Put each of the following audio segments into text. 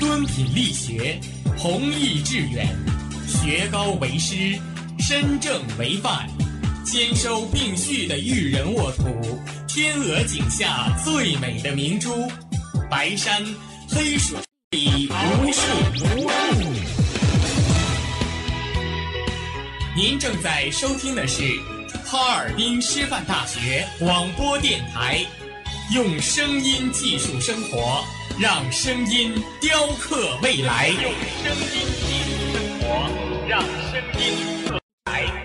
敦品力学，弘毅致远，学高为师，身正为范，兼收并蓄的育人沃土，天鹅颈下最美的明珠，白山黑水里无数无物。您正在收听的是哈尔滨师范大学广播电台，用声音技术生活，让声音雕刻未来。用声音技术生活，让声音刻未来。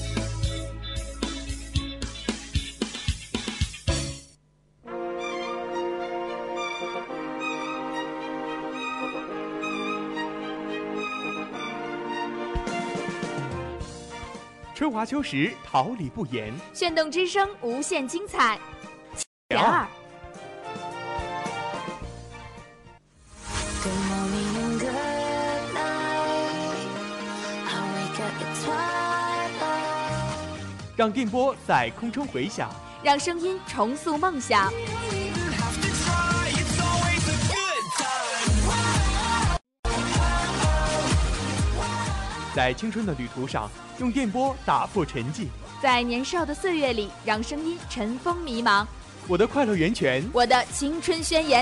春华秋实，桃李不言。 炫动之声，无限精彩。 2。让电波在空中回响， 让声音重塑梦想。 在青春的旅途上，用电波打破沉寂； 在年少的岁月里，让声音尘封迷茫。 我的快乐源泉， 我的青春宣言。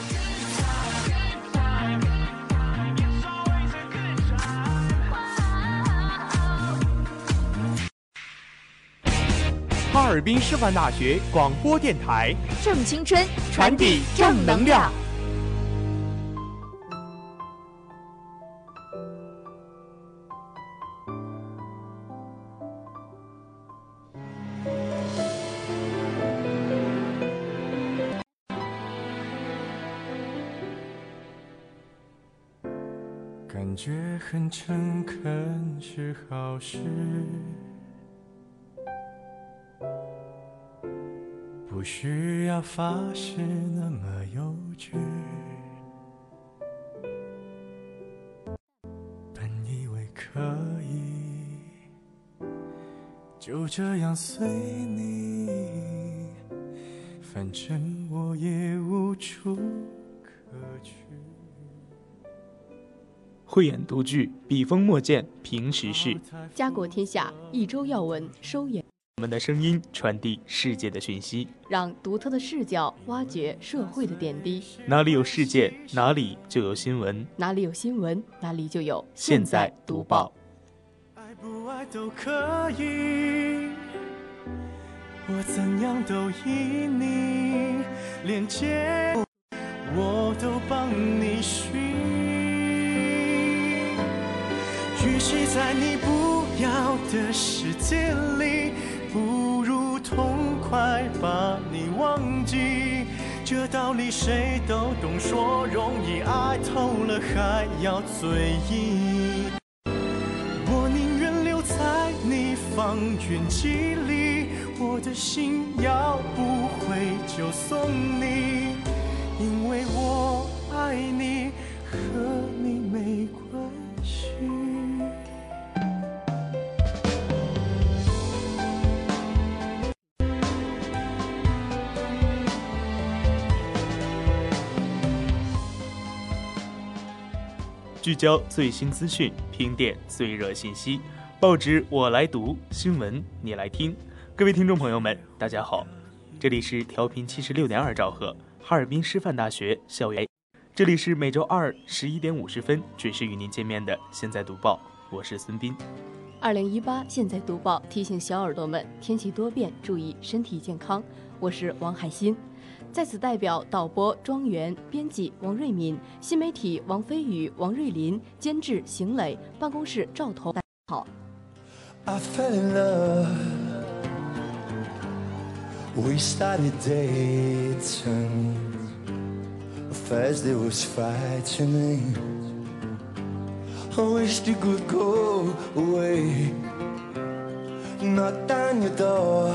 哈尔滨师范大学广播电台， 正青春， 传递正能量。 感觉很诚恳是好事，不需要发誓那么幼稚。本以为可以就这样随你，反正我也无处可去。 慧眼独具，笔锋墨见，评时事， 家国天下，一周要闻，收眼。 我们的声音传递世界的讯息， 让独特的视角挖掘社会的点滴。 哪里有事件，哪里就有新闻； 哪里有新闻，哪里就有现在读报。 爱不爱都可以，我怎样都依你，连接我都帮你寻。与其在你不要的世界里，不如痛快把你忘记。这道理谁都懂，说容易，爱透了还要嘴硬。我宁愿留在你方圆几里，我的心要不回就送你，因为我爱你，和你没关系。 聚焦最新资讯，评点最热信息，报纸我来读，新闻你来听。各位听众朋友们，大家好，这里是调频76.2兆赫，哈尔滨师范大学校园。这里是每周二11点50分准时与您见面的现在读报，我是孙斌。 2018现在读报提醒小耳朵们，天气多变，注意身体健康。我是王海欣。在此代表导播庄园、编辑王瑞敏、新媒体王飞宇、王瑞林、监制邢磊、办公室赵彤，大家好。 I fell in love. We started dating. First it was frightening. I wished it could go away. Knocked on your door.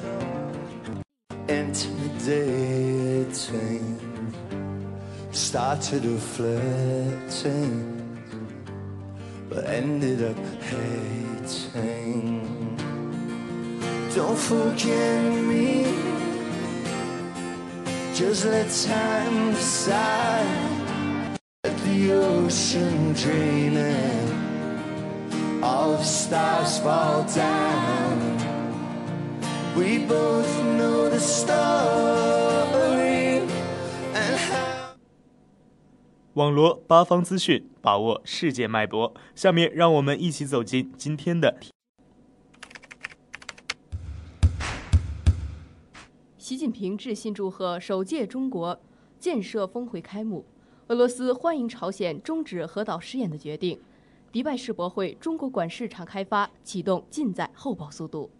Intimidating. Started flirting, but ended up hating. Don't forget me, just let time decide. Let the dreaming all the stars fall down. We both know the story and how. 网罗八方资讯，把握世界脉搏。下面让我们一起走进今天的。 习近平致信祝贺首届中国建设峰会开幕。俄罗斯欢迎朝鲜终止核岛试验的决定。迪拜世博会中国馆市场开发启动尽在后报速度。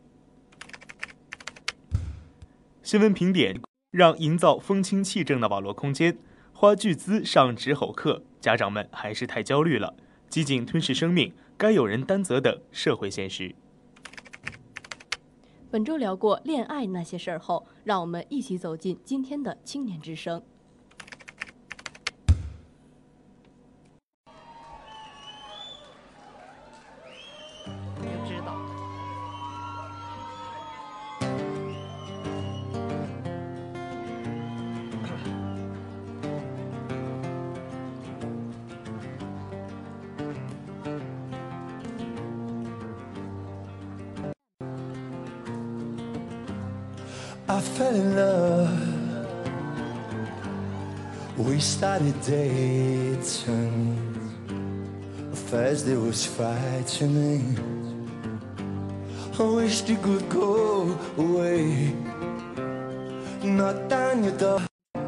新闻评点，让营造风清气正的网络空间。花巨资上直吼课，家长们还是太焦虑了。机警吞噬生命，该有人担责等社会现实。 本周聊过恋爱那些事儿后，让我们一起走进今天的青年之声。知道。 I fell in love. We started dating. First it was frightening. I wished it could go away. Knocked on your door.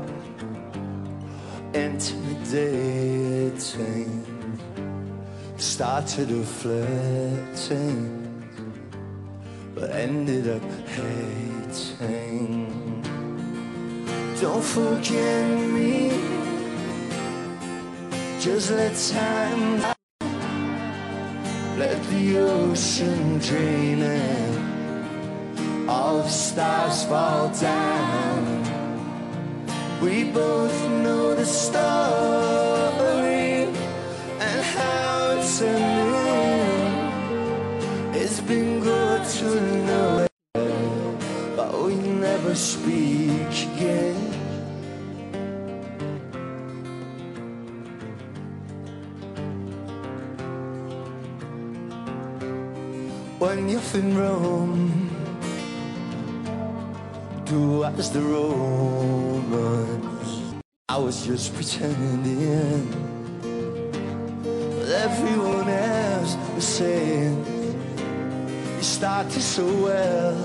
Intimidating. Started flirting, but ended up hating. Don't forget me. Just let time, let the ocean dream in. All the stars fall down. We both know the story and how it's ending. It's been good to know it, but we never speak again. When you're in Rome, do as the Romans. I was just pretending, but everyone else was saying you started so well.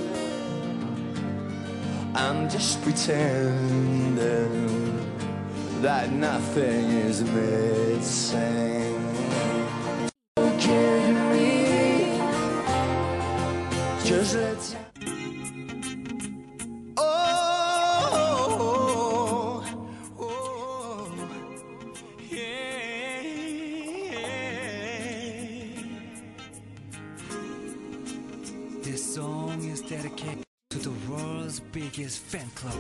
I'm just pretending that nothing is missing. Forgive me, just let This song is dedicated to the world's biggest fan club,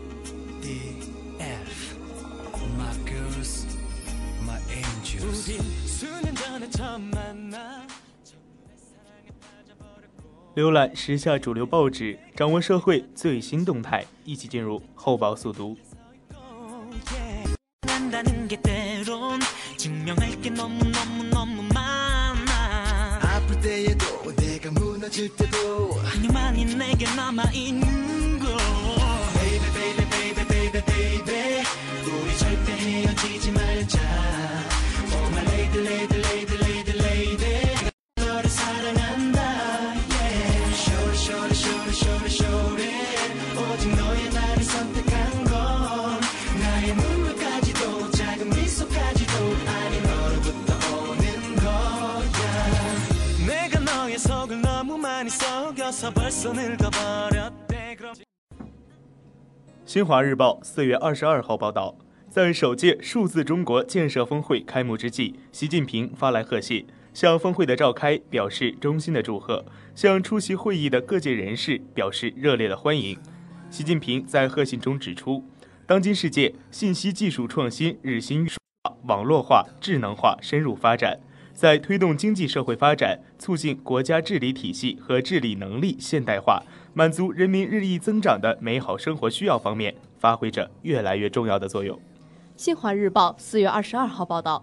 DF. My girls, my angels. 浏览时下主流报纸，掌握社会最新动态，一起进入后报速读。新华日报4月22号报道，在首届数字中国建设峰会开幕之际，习近平发来贺信，向峰会的召开表示衷心的祝贺，向出席会议的各界人士表示热烈的欢迎。习近平在贺信中指出，当今世界信息技术创新日新月异，网络化、智能化深入发展，在推动经济社会发展、促进国家治理体系和治理能力现代化、满足人民日益增长的美好生活需要方面，发挥着越来越重要的作用。 新华日报4月22号报道，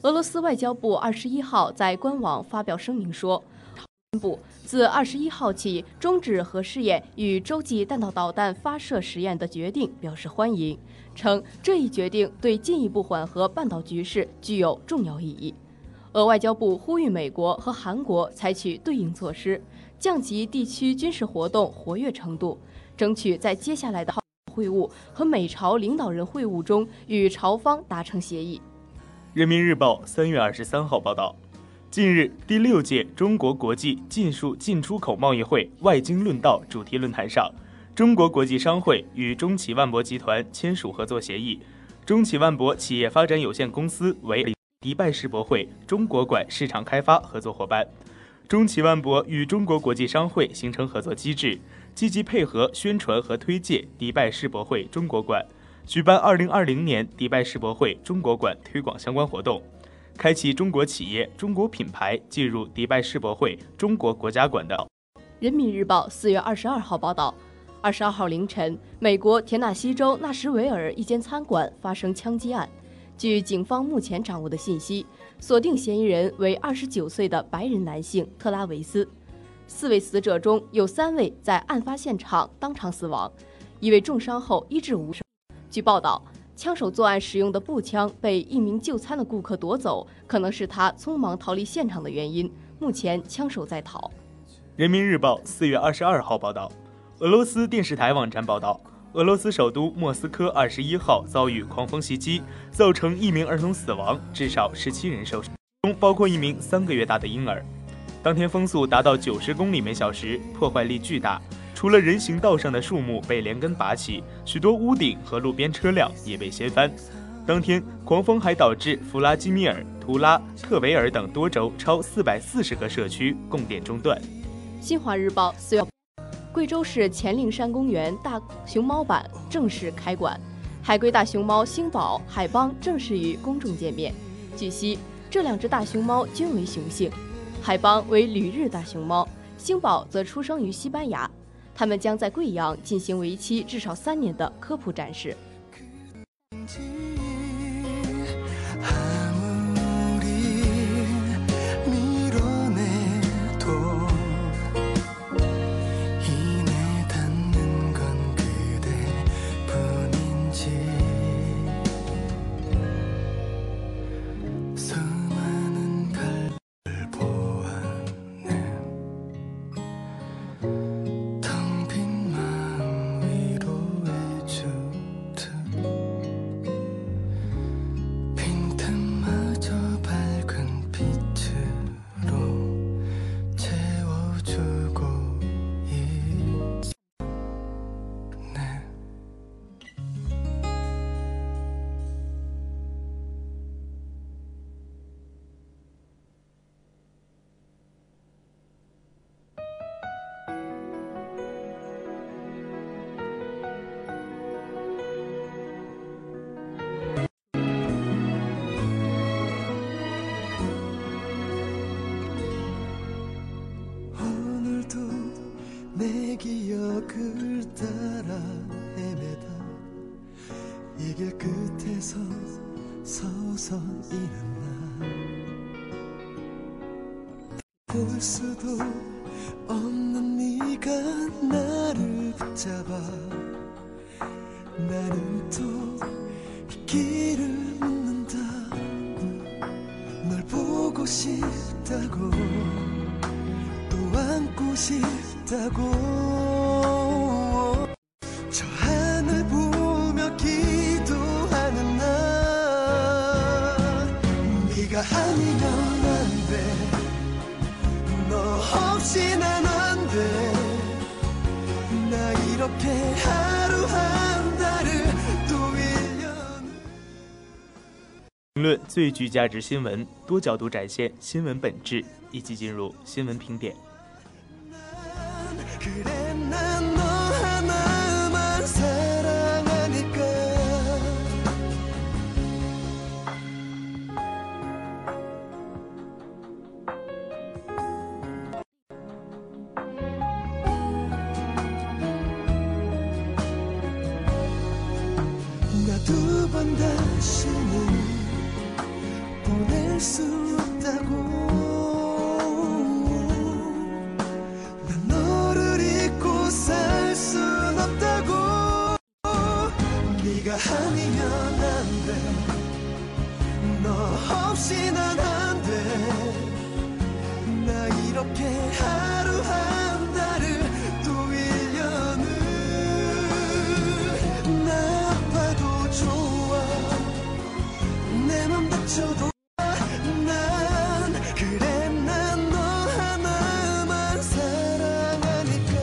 俄罗斯外交部21号在官网发表声明说，宣布自21号起终止核试验与洲际弹道导弹发射实验的决定表示欢迎，称这一决定对进一步缓和半岛局势具有重要意义。俄外交部呼吁美国和韩国采取对应措施，降级地区军事活动活跃程度，争取在接下来的会晤和美朝领导人会晤中与朝方达成协议。 人民日报3月23号报道，近日第6届中国国际技术进出口贸易会外经论道主题论坛上，中国国际商会与中企万博集团签署合作协议，中企万博企业发展有限公司为迪拜世博会中国馆市场开发合作伙伴。中企万博与中国国际商会形成合作机制，积极配合宣传和推介迪拜世博会中国馆，举办2020年迪拜世博会中国馆推广相关活动，开启中国企业、中国品牌进入迪拜世博会中国国家馆的。 人民日报4月22号报道，22号凌晨，美国田纳西州纳什维尔一间餐馆发生枪击案。据警方目前掌握的信息，锁定嫌疑人为29岁的白人男性特拉维斯。4位死者中有3位在案发现场当场死亡，1位重伤后医治无伤。据报道，枪手作案使用的步枪被一名就餐的顾客夺走，可能是他匆忙逃离现场的原因。目前枪手在逃。 人民日报4月22号报道，俄罗斯电视台网站报道，俄罗斯首都莫斯科21号遭遇狂风袭击，造成1名儿童死亡，至少17人受伤，中包括1名3个月大的婴儿。当天风速达到90公里每小时，破坏力巨大。除了人行道上的树木被连根拔起，许多屋顶和路边车辆也被掀翻。当天狂风还导致弗拉基米尔、图拉、特维尔等多州超440个社区供电中断。 新华日报4月，贵州市黔灵山公园大熊猫馆正式开馆，海龟大熊猫星宝、海邦正式与公众见面。据悉，这2只大熊猫均为雄性，海邦为旅日大熊猫，星宝则出生于西班牙。他们将在贵阳进行为期至少3年的科普展示。 내 기억을 따라 헤매다 이 길 끝에서 서서히는 나 볼 수도 없는 네가 나를 붙잡아 나는 또 길을 묻는다 널 보고 싶다고 또 안고 싶다고 저 하늘 보며 기도하는 나 네가 아니면 안 돼 너 없이 난 안 돼 나 이렇게 하루 한 달을 또 1년을 评论最具价值新闻，多角度展现新闻本质，一起进入新闻评点。 그래 난 너 하나만 사랑하니까 나 두 번 다시는 보낼 수 없다고 난 너를 잊고 살 순 없다고 네가 아니면 안 돼 너 없이 난 안 돼 나 이렇게 하루 한 달을 또 1년을 나 아파도 좋아 내 맘 다쳐도 난 그래 난 너 하나만 사랑하니까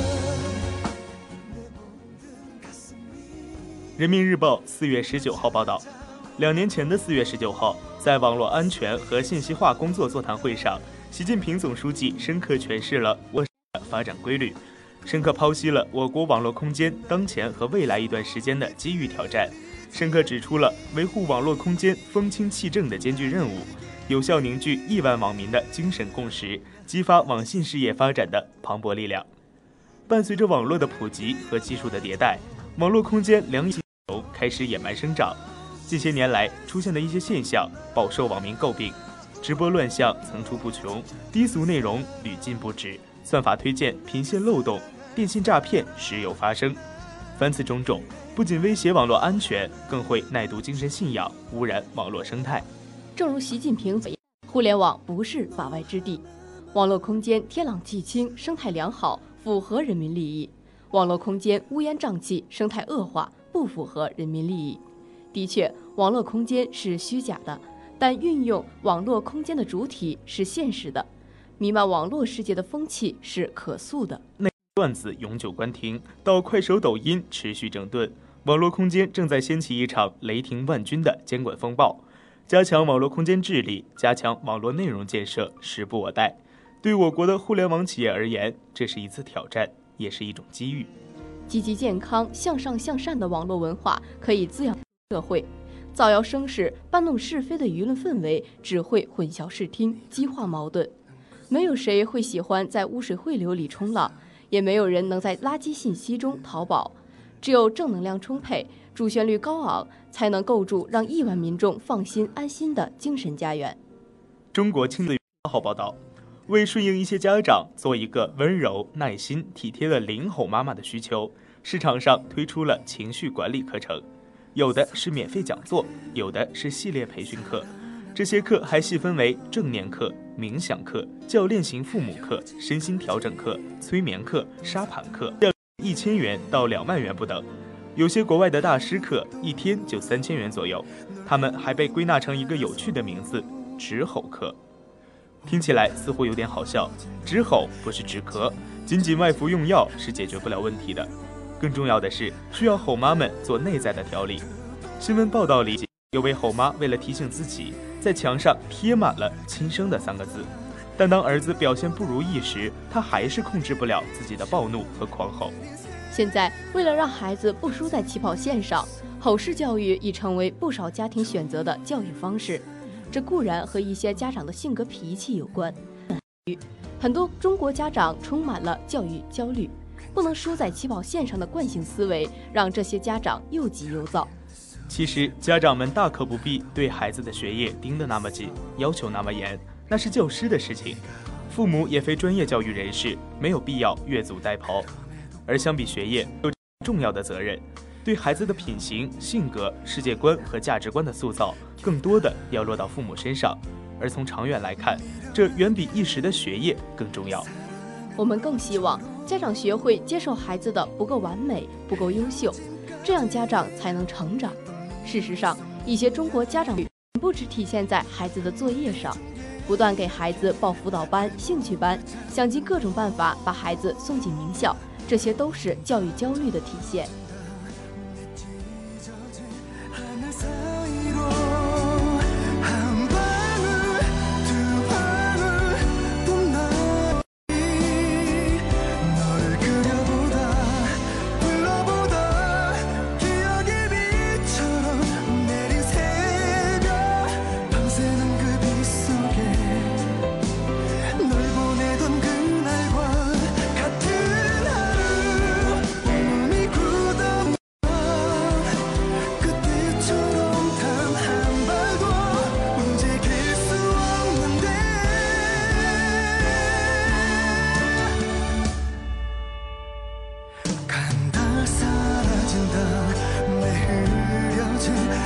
내 모든 가슴이 人民日报4月19号报道，2年前的4月19号，在网络安全和信息化工作座谈会上，习近平总书记深刻诠释了我的发展规律，深刻剖析了我国网络空间当前和未来一段时间的机遇挑战，深刻指出了维护网络空间风清气正的艰巨任务，有效凝聚亿万网民的精神共识，激发网信事业发展的磅礴力量。伴随着网络的普及和技术的迭代，网络空间良性开始野蛮生长。近些年来出现的一些现象饱受网民诟病，直播乱象层出不穷，低俗内容屡禁不止，算法推荐频现漏洞，电信诈骗时有发生。凡此种种，不仅威胁网络安全，更会耐毒精神信仰，污染网络生态。 正如习近平所言，互联网不是法外之地，网络空间天朗气清，生态良好，符合人民利益；网络空间乌烟瘴气，生态恶化，不符合人民利益。的确，网络空间是虚假的，但运用网络空间的主体是现实的，弥漫网络世界的风气是可塑的。 段子永久关停，到快手、抖音持续整顿，网络空间正在掀起一场雷霆万钧的监管风暴。加强网络空间治理，加强网络内容建设，时不我待。对我国的互联网企业而言，这是一次挑战，也是一种机遇。 积极健康、向上向善的网络文化可以滋养社会，造谣生事、搬弄是非的舆论氛围只会混淆视听、激化矛盾。没有谁会喜欢在污水汇流里冲浪，也没有人能在垃圾信息中淘宝。只有正能量充沛、主旋律高昂，才能构筑让亿万民众放心安心的精神家园。 中国亲子号报道，为顺应一些家长做一个温柔、耐心、体贴的零吼妈妈的需求，市场上推出了情绪管理课程，有的是免费讲座，有的是系列培训课。这些课还细分为正念课、冥想课、教练型父母课、身心调整课、催眠课、沙盘课，1000元到2万元不等。有些国外的大师课一天就3000元左右，他们还被归纳成一个有趣的名字——止吼课。听起来似乎有点好笑，止吼不是止咳，仅仅外服用药是解决不了问题的。更重要的是，需要吼妈们做内在的调理。新闻报道里，有位吼妈为了提醒自己，在墙上贴满了“亲生”的3个字，但当儿子表现不如意时，她还是控制不了自己的暴怒和狂吼。 现在，为了让孩子不输在起跑线上，吼式教育已成为不少家庭选择的教育方式。这固然和一些家长的性格脾气有关，很多中国家长充满了教育焦虑，不能输在起跑线上的惯性思维，让这些家长又急又躁。 其实，家长们大可不必对孩子的学业盯得那么紧，要求那么严，那是教师的事情。父母也非专业教育人士，没有必要越俎代庖。而相比学业，有重要的责任，对孩子的品行、性格、世界观和价值观的塑造，更多的要落到父母身上。而从长远来看，这远比一时的学业更重要。 我们更希望家长学会接受孩子的不够完美、不够优秀，这样家长才能成长。事实上，一些中国家长不只体现在孩子的作业上，不断给孩子报辅导班、兴趣班，想尽各种办法把孩子送进名校，这些都是教育焦虑的体现。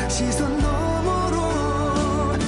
시선 너머로.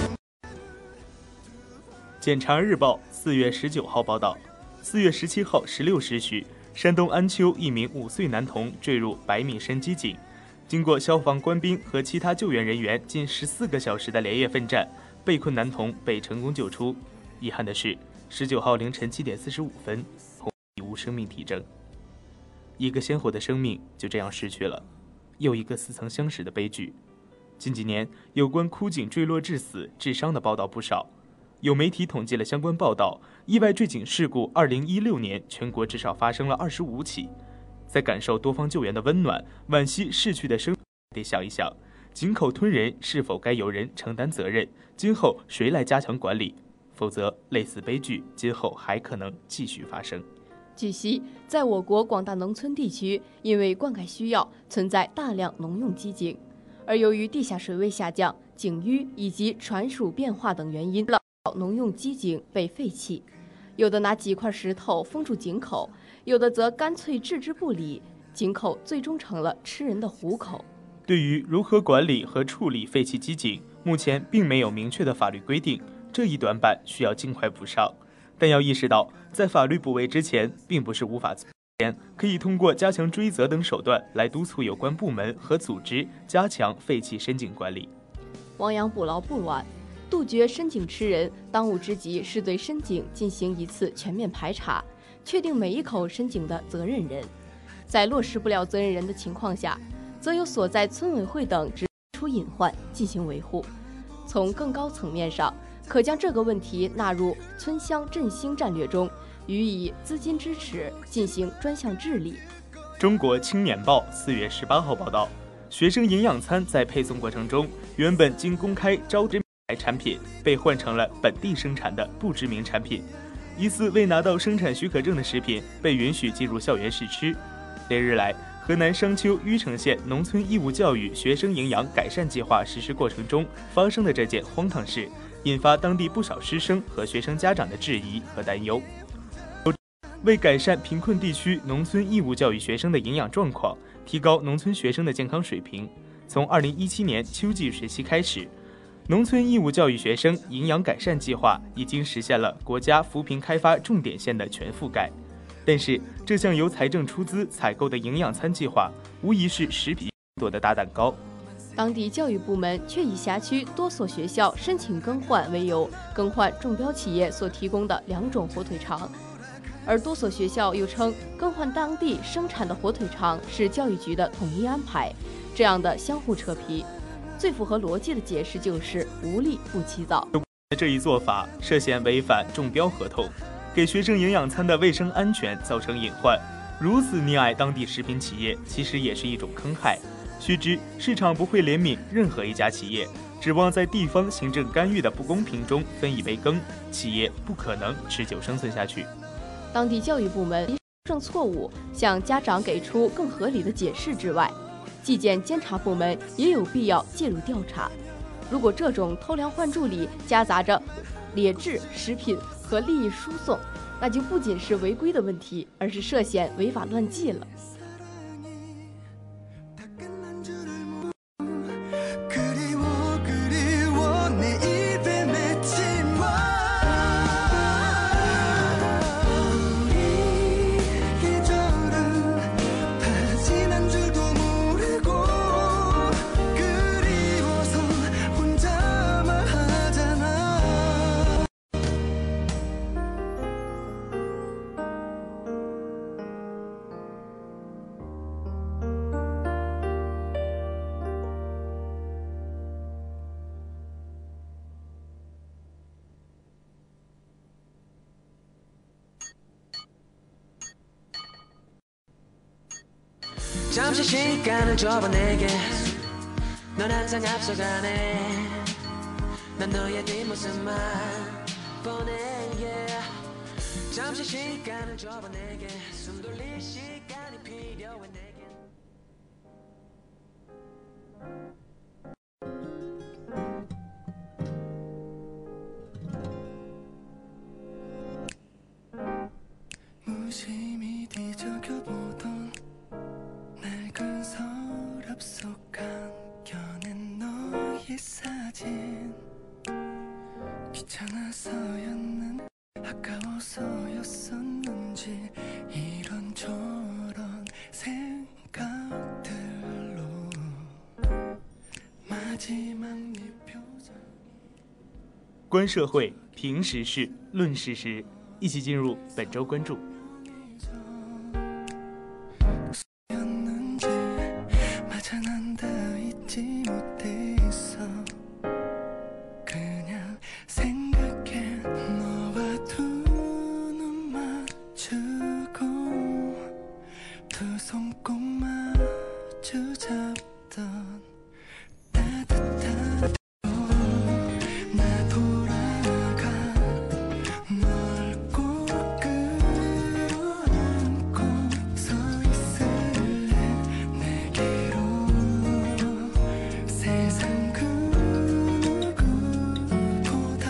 检察日报4月19号报道，4月17号16时许，山东安丘一名5岁男童坠入100米深机井，经过消防官兵和其他救援人员近14个小时的连夜奋战，被困男童被成功救出。遗憾的是，19号凌晨7点45分，童已无生命体征。一个鲜活的生命就这样逝去了，又一个似曾相识的悲剧。近几年，有关枯井坠落致死、致伤的报道不少。有媒体统计了相关报道，意外坠井事故2016年全国至少发生了25起。在感受多方救援的温暖，惋惜逝去的生命，得想一想，井口吞人是否该由人承担责任？今后谁来加强管理？否则，类似悲剧今后还可能继续发生。 据悉，在我国广大农村地区，因为灌溉需要，存在大量农用机井，而由于地下水位下降、井淤以及传输变化等原因，农用机井被废弃，有的拿几块石头封住井口，有的则干脆置之不理，井口最终成了吃人的虎口。 对于如何管理和处理废弃机井，目前并没有明确的法律规定，这一短板需要尽快补上。但要意识到，在法律补位之前，并不是无法可以通过加强追责等手段来督促有关部门和组织加强废弃深井管理。 亡羊补牢不晚，杜绝深井吃人，当务之急是对深井进行一次全面排查，确定每一口深井的责任人。在落实不了责任人的情况下，则由所在村委会等指出隐患进行维护。从更高层面上，可将这个问题纳入村乡振兴战略中，予以资金支持，进行专项治理。 中国青年报4月18号报道，学生营养餐在配送过程中，原本经公开招知产品被换成了本地生产的不知名产品，疑似未拿到生产许可证的食品被允许进入校园试吃。连日来，河南商丘虞城县农村义务教育学生营养改善计划实施过程中发生的这件荒唐事，引发当地不少师生和学生家长的质疑和担忧。为改善贫困地区农村义务教育学生的营养状况，提高农村学生的健康水平，从2017年秋季学期开始，农村义务教育学生营养改善计划已经实现了国家扶贫开发重点县的全覆盖。但是，这项由财政出资采购的营养餐计划，无疑是食品做的大蛋糕。 当地教育部门却以辖区多所学校申请更换为由，更换中标企业所提供的2种火腿肠，而多所学校又称更换当地生产的火腿肠是教育局的统一安排，这样的相互扯皮，最符合逻辑的解释就是无利不起早。 这一做法涉嫌违反中标合同，给学生营养餐的卫生安全造成隐患。如此溺爱当地食品企业，其实也是一种坑害。须知，市场不会怜悯任何一家企业，指望在地方行政干预的不公平中分一杯羹，企业不可能持久生存下去。 当地教育部门纠正错误，向家长给出更合理的解释之外，纪检监察部门也有必要介入调查。如果这种偷梁换柱里夹杂着劣质食品和利益输送，那就不仅是违规的问题，而是涉嫌违法乱纪了。 잠시 시간을 줘봐 내게 넌 항상 앞서가네 난 너의 뒷모습만 보내 yeah. 잠시 시간을 줘봐 내게 숨 돌릴 시간이 필요해 내게 무심히 뒤적여보던 낡은 서랍 속 한켠엔 너 이 사진 귀찮아서였는지 아까워서였었는지 이런저런 생각들로 마지막 네 표정 观社会，评时事，论事实，一起进入本周关注。 였는지 맞아 난 다 잊지 못했어 그냥 생각해 너와 두 눈 맞추고 두 손 꼭 마주 잡던 따뜻한 나 돌아가 널 꼭 끌어안고 서 있을래 내게로 세상 그 누구보다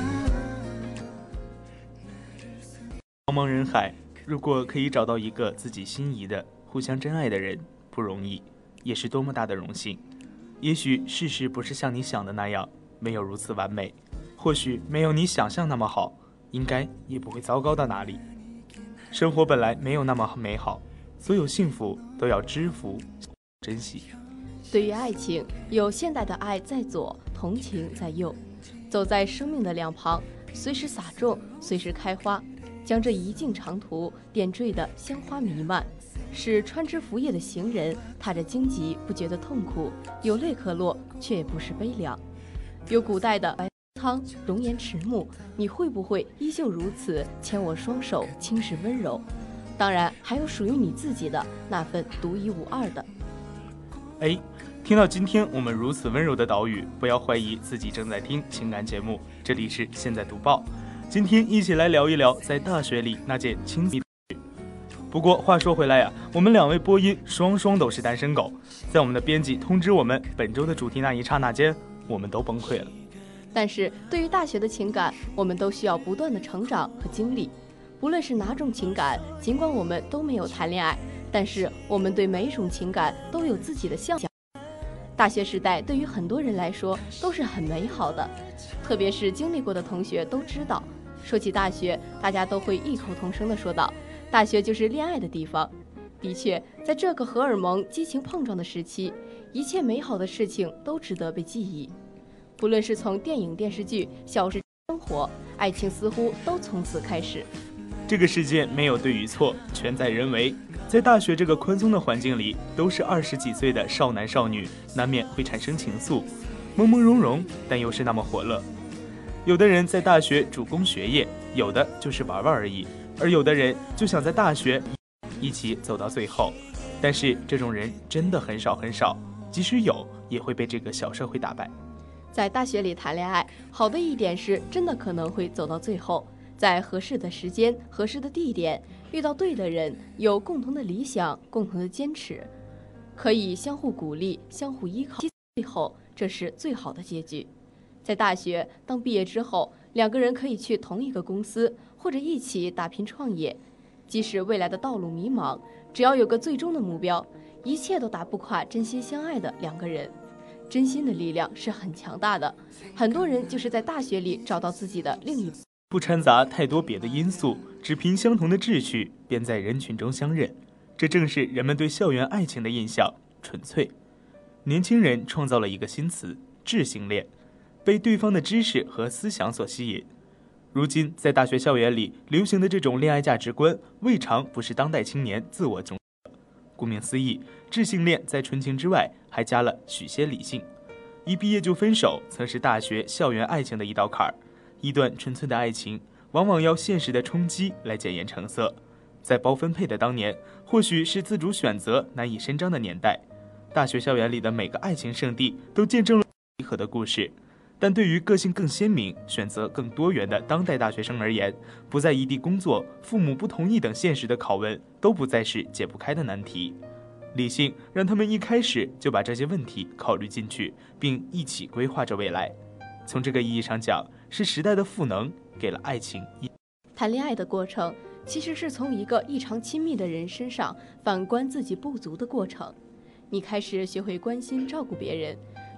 茫茫人海，如果可以找到一个自己心仪的、互相真爱的人，不容易，也是多么大的荣幸。也许事实不是像你想的那样，没有如此完美，或许没有你想象那么好，应该也不会糟糕到哪里。生活本来没有那么美好，所有幸福都要知福、珍惜。 对于爱情，有现代的爱在左，同情在右，走在生命的两旁，随时撒种，随时开花，将这一径长途点缀得香花弥漫，使穿枝拂叶的行人踏着荆棘不觉得痛苦，有泪可落，却也不是悲凉。有古代的白苍容颜迟暮，你会不会依旧如此牵我双手，轻视温柔？当然，还有属于你自己的那份独一无二的。 哎，听到今天我们如此温柔的岛屿，不要怀疑自己正在听情感节目。这里是现在读报，今天一起来聊一聊在大学里那件亲密的事。不过话说回来呀，我们两位播音双都是单身狗，在我们的编辑通知我们本周的主题那一刹那间，我们都崩溃了。 但是对于大学的情感，我们都需要不断的成长和经历。不论是哪种情感，尽管我们都没有谈恋爱，但是我们对每一种情感都有自己的向往。大学时代对于很多人来说都是很美好的，特别是经历过的同学都知道，说起大学，大家都会异口同声地说道，大学就是恋爱的地方。的确，在这个荷尔蒙激情碰撞的时期，一切美好的事情都值得被记忆。不论是从电影、电视剧、小说、生活，爱情似乎都从此开始。 这个世界没有对与错，全在人为。在大学这个宽松的环境里，都是20几岁的少男少女，难免会产生情愫，朦朦胧胧，但又是那么火热。有的人在大学主攻学业，有的就是玩玩而已，而有的人就想在大学一起走到最后。但是这种人真的很少很少，即使有，也会被这个小社会打败。 在大学里谈恋爱，好的一点是真的可能会走到最后，在合适的时间、合适的地点，遇到对的人，有共同的理想、共同的坚持，可以相互鼓励、相互依靠，最后这是最好的结局。在大学，当毕业之后，两个人可以去同一个公司，或者一起打拼创业。即使未来的道路迷茫，只要有个最终的目标，一切都打不垮真心相爱的两个人。真心的力量是很强大的，很多人就是在大学里找到自己的另一半。 不掺杂太多别的因素，只凭相同的志趣，便在人群中相认。这正是人们对校园爱情的印象，纯粹。年轻人创造了一个新词——智性恋，被对方的知识和思想所吸引。如今，在大学校园里流行的这种恋爱价值观，未尝不是当代青年自我中。顾名思义，智性恋在纯情之外，还加了许些理性。一毕业就分手，曾是大学校园爱情的一道坎儿。一段纯粹的爱情，往往要现实的冲击来检验成色。在包分配的当年，或许是自主选择难以伸张的年代，大学校园里的每个爱情圣地都见证了离合的故事。但对于个性更鲜明、选择更多元的当代大学生而言，不在异地工作、父母不同意等现实的拷问，都不再是解不开的难题。理性让他们一开始就把这些问题考虑进去，并一起规划着未来。从这个意义上讲，是时代的赋能给了爱情。 谈恋爱的过程，其实是从一个异常亲密的人身上反观自己不足的过程。你开始学会关心照顾别人，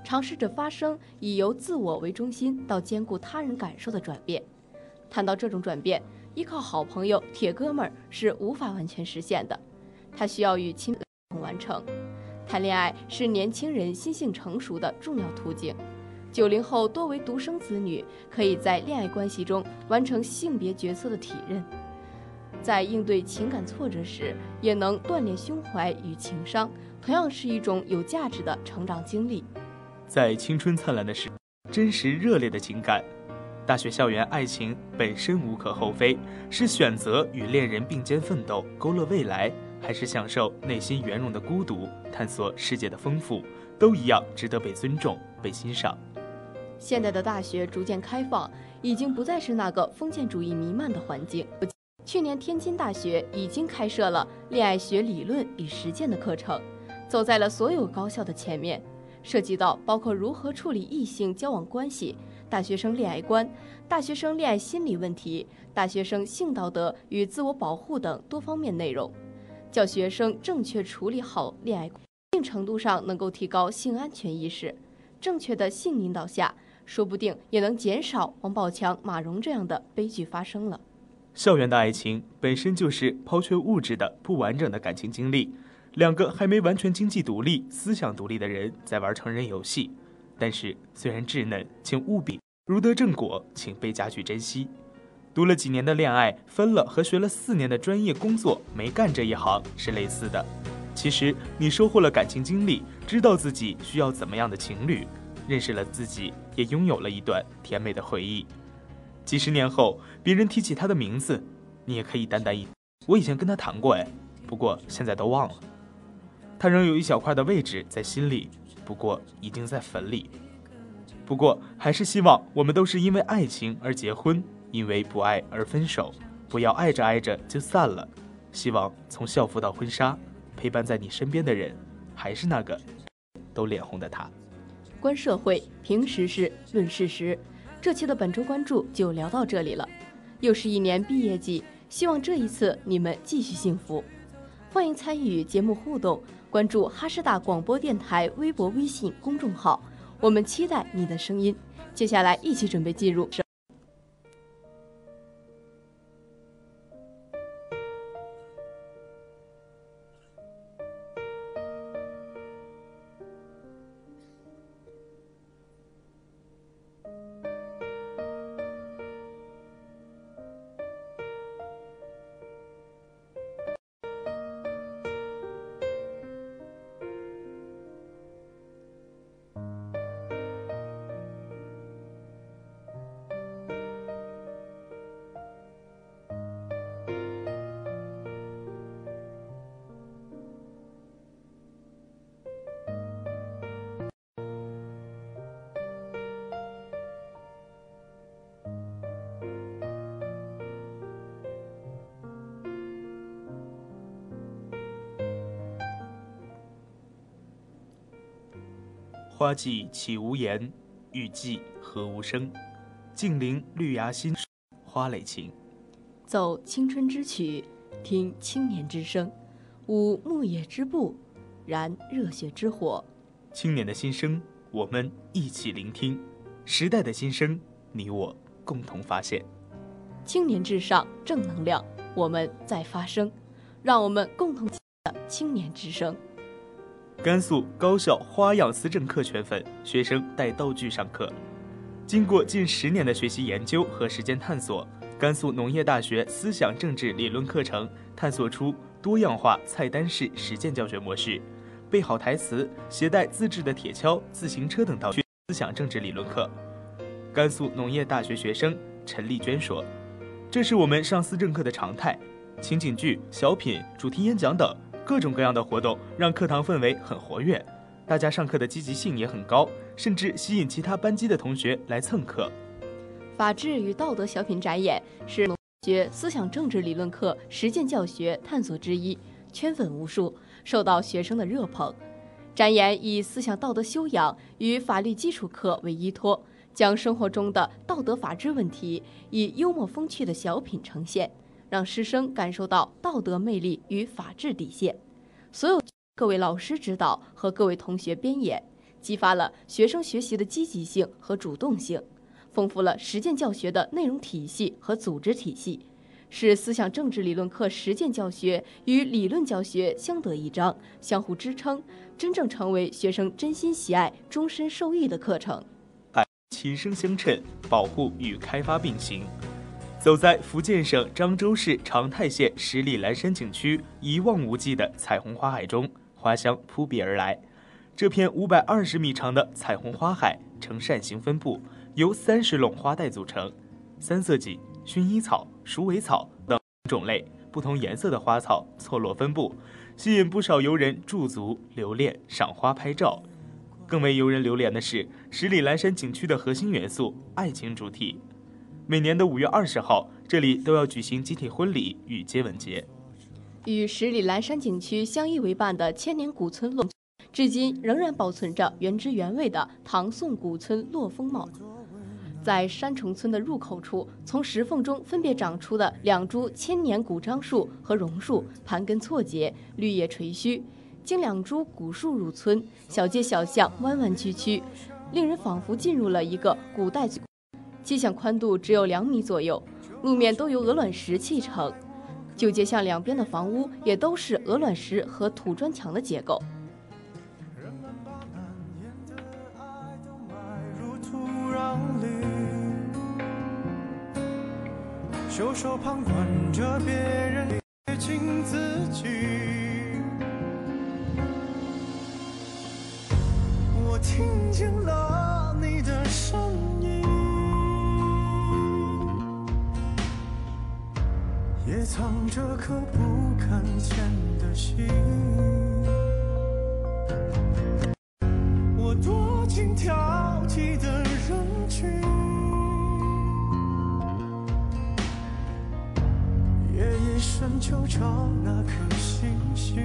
尝试着发声，以由自我为中心到兼顾他人感受的转变。谈到这种转变，依靠好朋友、铁哥们儿是无法完全实现的，它需要与亲朋完成。谈恋爱是年轻人心性成熟的重要途径。90后多为独生子女，可以在恋爱关系中完成性别角色的体认，在应对情感挫折时，也能锻炼胸怀与情商，同样是一种有价值的成长经历。 在青春灿烂的时，真实热烈的情感，大学校园爱情本身无可厚非，是选择与恋人并肩奋斗，勾勒未来，还是享受内心圆融的孤独，探索世界的丰富，都一样值得被尊重、被欣赏。 现在的大学逐渐开放，已经不再是那个封建主义弥漫的环境。去年天津大学已经开设了恋爱学理论与实践的课程，走在了所有高校的前面，涉及到包括如何处理异性交往关系、大学生恋爱观、大学生恋爱心理问题、大学生性道德与自我保护等多方面内容，教学生正确处理好恋爱，一定程度上能够提高性安全意识。正确的性引导下，说不定也能减少王宝强、马蓉这样的悲剧发生了。 校园的爱情本身就是抛却物质的不完整的感情经历，两个还没完全经济独立、思想独立的人在玩成人游戏。但是虽然稚嫩，请务必如得正果，请倍加去珍惜。读了几年的恋爱，分了和学了4年的专业工作没干这一行是类似的。其实你收获了感情经历，知道自己需要怎么样的情侣，认识了自己，也拥有了一段甜美的回忆。几十年后，别人提起他的名字，你也可以淡淡一，我以前跟他谈过哎，不过现在都忘了。他仍有一小块的位置在心里，不过已经在坟里。不过还是希望我们都是因为爱情而结婚，因为不爱而分手，不要爱着爱着就散了。希望从校服到婚纱，陪伴在你身边的人还是那个都脸红的他。 观社会，评时事，论事实。这期的本周关注就聊到这里了。又是一年毕业季，希望这一次你们继续幸福。欢迎参与节目互动，关注哈师大广播电台微博、微信公众号，我们期待你的声音。接下来一起准备进入花季岂无言，雨季何无声。静聆绿芽心，花蕾情。 走青春之曲，听青年之声，舞牧野之步，燃热血之火。 青年的心声，我们一起聆听；时代的心声，你我共同发现。 青年至上，正能量，我们在发声，让我们共同的青年之声。 甘肃高校花样思政课圈粉，学生带道具上课。经过近10年的学习研究和实践探索，甘肃农业大学思想政治理论课程探索出多样化菜单式实践教学模式，背好台词，携带自制的铁锹、自行车等道具。思想政治理论课。甘肃农业大学学生陈丽娟说：“这是我们上思政课的常态，情景剧、小品、主题演讲等。”各种各样的活动让课堂氛围很活跃，大家上课的积极性也很高，甚至吸引其他班级的同学来蹭课。 法治与道德小品展演是农学思想政治理论课实践教学探索之一，圈粉无数，受到学生的热捧。展演以思想道德修养与法律基础课为依托，将生活中的道德法治问题以幽默风趣的小品呈现，让师生感受到道德魅力与法治底线。所有各位老师指导和各位同学编演， 激发了学生学习的积极性和主动性，丰富了实践教学的内容体系和组织体系，使思想政治理论课实践教学与理论教学相得益彰，相互支撑，真正成为学生真心喜爱、终身受益的课程。 齐声相称，保护与开发并行。走在福建省漳州市长泰县十里蓝山景区一望无际的彩虹花海中，花香扑鼻而来。这片520米长的彩虹花海呈扇形分布，由30垄花带组成，三色堇、薰衣草、鼠尾草等种类不同颜色的花草错落分布，吸引不少游人驻足留恋、赏花拍照。更为游人流连的是十里蓝山景区的核心元素——爱情主题。每年的5月20号，这里都要举行集体婚礼与接吻节。 与十里蓝山景区相依为伴的千年古村落，至今仍然保存着原汁原味的唐宋古村落风貌。在山城村的入口处，从石缝中分别长出的2株千年古樟树和榕树盘根错节，绿叶垂须。经2株古树入村，小街小巷弯弯曲曲，令人仿佛进入了一个古代。街巷宽度只有2米左右，路面都由鹅卵石砌成，旧街巷两边的房屋也都是鹅卵石和土砖墙的结构。 人们把难言的爱都埋入土壤里，袖手旁观着别人接近自己。我听见了你的声音，也藏着颗不敢见的心。我躲进挑剔的人群，夜夜深求找那颗星星。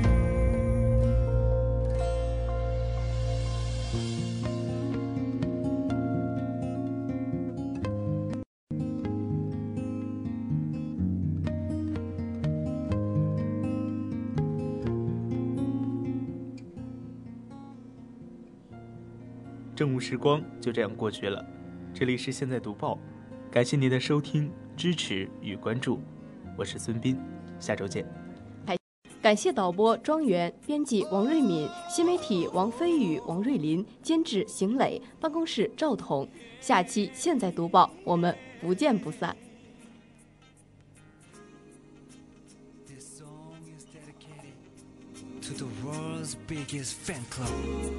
正午时光就这样过去了，这里是现在读报，感谢您的收听、支持与关注，我是孙斌，下周见。 感谢导播庄园，编辑王瑞敏，新媒体王飞宇、王瑞林，监制邢磊，办公室赵彤。下期现在读报，我们不见不散。 To the world's biggest fan club.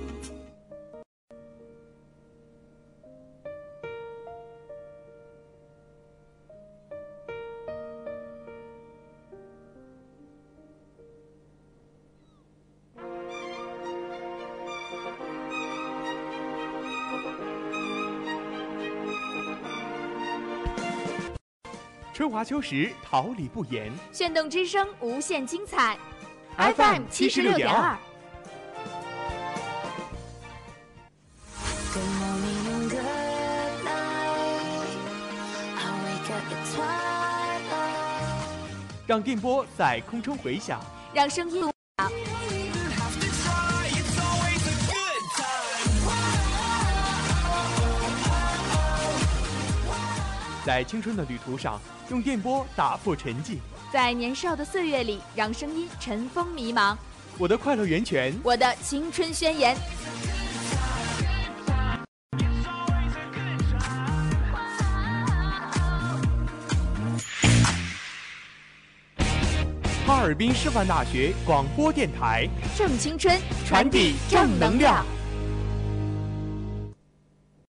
春华秋实，桃李不言。 炫动之声，无限精彩。 FM 76.2。让电波在空中回响， 让声音。 在青春的旅途上，用电波打破沉寂； 在年少的岁月里，让声音尘封迷茫。 我的快乐源泉， 我的青春宣言。 哈尔滨师范大学广播电台， 正青春， 传递正能量。